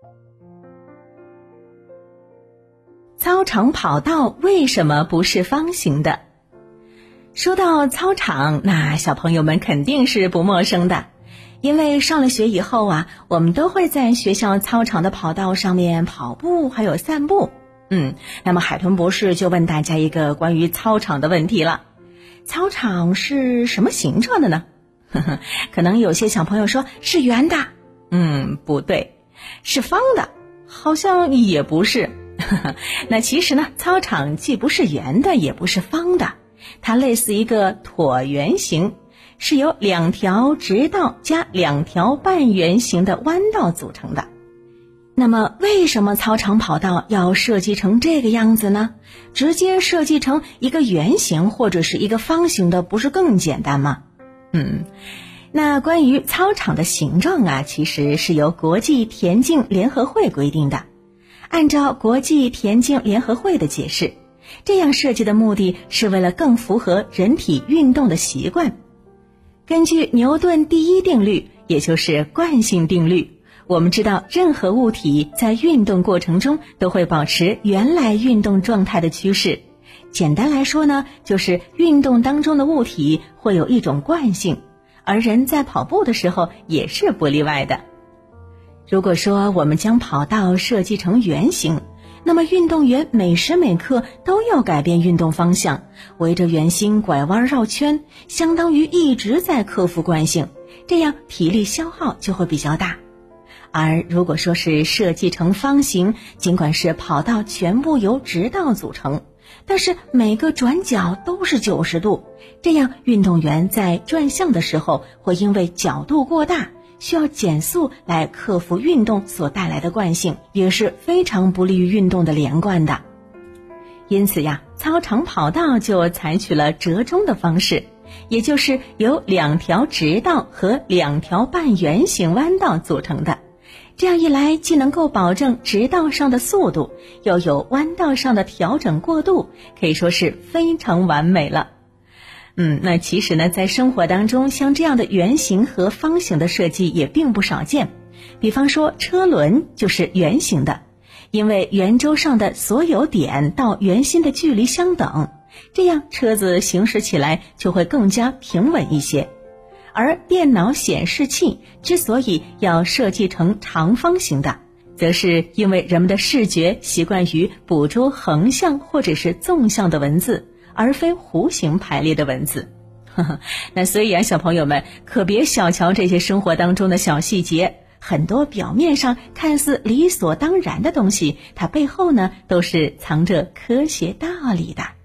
操场跑道为什么不是方形的？说到操场，那小朋友们肯定是不陌生的，因为上了学以后啊，我们都会在学校操场的跑道上面跑步还有散步。那么海豚博士就问大家一个关于操场的问题了，操场是什么形状的呢？可能有些小朋友说是圆的，不对，是方的，好像也不是。那其实呢，操场既不是圆的也不是方的，它类似一个椭圆形，是由2条直道加2条半圆形的弯道组成的。那么为什么操场跑道要设计成这个样子呢？直接设计成一个圆形或者是一个方形的不是更简单吗？那关于操场的形状啊，其实是由国际田径联合会规定的。按照国际田径联合会的解释，这样设计的目的是为了更符合人体运动的习惯。根据牛顿第一定律，也就是惯性定律，我们知道任何物体在运动过程中都会保持原来运动状态的趋势。简单来说呢，就是运动当中的物体会有一种惯性，而人在跑步的时候也是不例外的。如果说我们将跑道设计成圆形，那么运动员每时每刻都要改变运动方向，围着圆心拐弯绕圈，相当于一直在克服惯性，这样体力消耗就会比较大。而如果说是设计成方形，尽管是跑道全部由直道组成，但是每个转角都是90度，这样运动员在转向的时候会因为角度过大，需要减速来克服运动所带来的惯性，也是非常不利于运动的连贯的。因此呀，操场跑道就采取了折中的方式，也就是由2条直道和2条半圆形弯道组成的。这样一来，既能够保证直道上的速度，又有弯道上的调整过渡，可以说是非常完美了。那其实呢，在生活当中，像这样的圆形和方形的设计也并不少见。比方说车轮就是圆形的，因为圆周上的所有点到圆心的距离相等，这样车子行驶起来就会更加平稳一些。而电脑显示器之所以要设计成长方形的，则是因为人们的视觉习惯于捕捉横向或者是纵向的文字，而非弧形排列的文字。那所以啊，小朋友们可别小瞧这些生活当中的小细节，很多表面上看似理所当然的东西，它背后呢都是藏着科学道理的。